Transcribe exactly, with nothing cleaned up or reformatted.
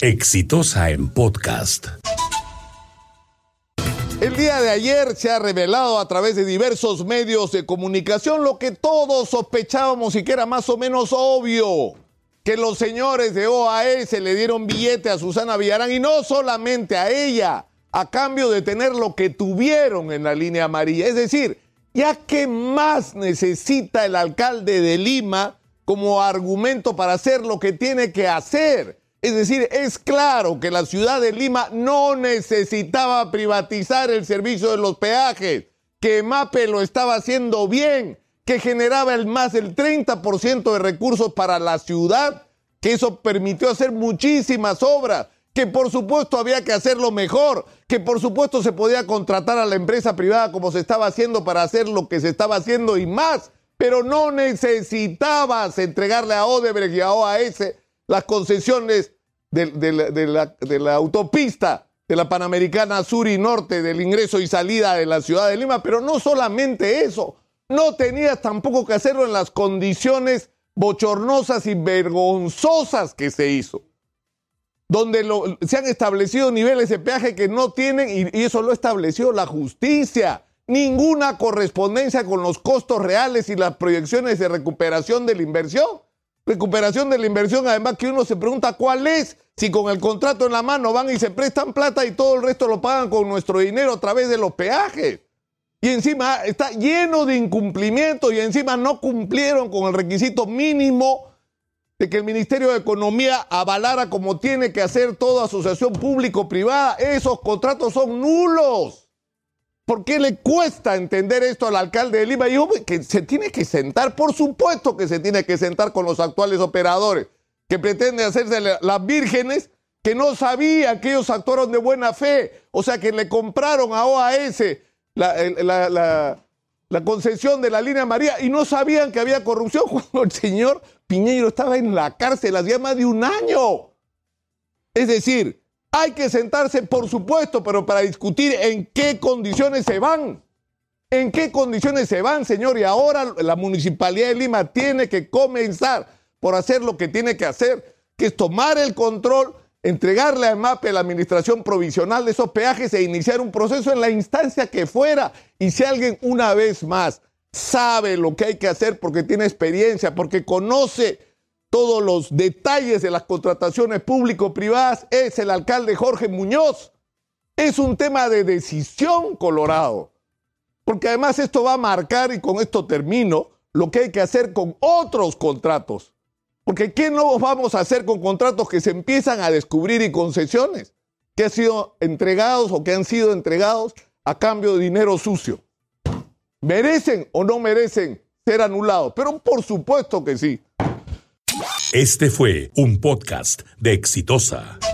Exitosa en podcast. El día de ayer se ha revelado a través de diversos medios de comunicación lo que todos sospechábamos y que era más o menos obvio, que los señores de O A S le dieron billete a Susana Villarán y no solamente a ella, a cambio de tener lo que tuvieron en la línea amarilla. Es decir, ¿ya qué más necesita el alcalde de Lima como argumento para hacer lo que tiene que hacer? Es decir, es claro que la ciudad de Lima no necesitaba privatizar el servicio de los peajes, que MAPE lo estaba haciendo bien, que generaba el más del treinta por ciento de recursos para la ciudad, que eso permitió hacer muchísimas obras, que por supuesto había que hacerlo mejor, que por supuesto se podía contratar a la empresa privada como se estaba haciendo para hacer lo que se estaba haciendo y más, pero no necesitabas entregarle a Odebrecht y a O A S las concesiones de, de, la, de, la, de la autopista de la Panamericana Sur y Norte, del ingreso y salida de la ciudad de Lima, pero no solamente eso, no tenías tampoco que hacerlo en las condiciones bochornosas y vergonzosas que se hizo, donde lo, se han establecido niveles de peaje que no tienen, y, y eso lo estableció la justicia, ninguna correspondencia con los costos reales y las proyecciones de recuperación de la inversión. Recuperación de la inversión, además que uno se pregunta cuál es, si con el contrato en la mano van y se prestan plata y todo el resto lo pagan con nuestro dinero a través de los peajes. Y encima está lleno de incumplimientos y encima no cumplieron con el requisito mínimo de que el Ministerio de Economía avalara como tiene que hacer toda asociación público-privada. Esos contratos son nulos. ¿Por qué le cuesta entender esto al alcalde de Lima? Y yo, que se tiene que sentar, por supuesto que se tiene que sentar con los actuales operadores, que pretenden hacerse las vírgenes, que no sabían que ellos actuaron de buena fe, o sea, que le compraron a O A S la, la, la, la concesión de la línea María y no sabían que había corrupción cuando el señor Piñeiro estaba en la cárcel hacía más de un año. Es decir, hay que sentarse, por supuesto, pero para discutir en qué condiciones se van. ¿En qué condiciones se van, señor? Y ahora la Municipalidad de Lima tiene que comenzar por hacer lo que tiene que hacer, que es tomar el control, entregarle a MAPE la administración provisional de esos peajes e iniciar un proceso en la instancia que fuera. Y si alguien, una vez más, sabe lo que hay que hacer porque tiene experiencia, porque conoce todos los detalles de las contrataciones público-privadas, es el alcalde Jorge Muñoz. Es un tema de decisión, Colorado. Porque además esto va a marcar, y con esto termino, lo que hay que hacer con otros contratos. Porque ¿qué no vamos a hacer con contratos que se empiezan a descubrir y concesiones que han sido entregados o que han sido entregados a cambio de dinero sucio? ¿Merecen o no merecen ser anulados? Pero por supuesto que sí. Este fue un podcast de Exitosa.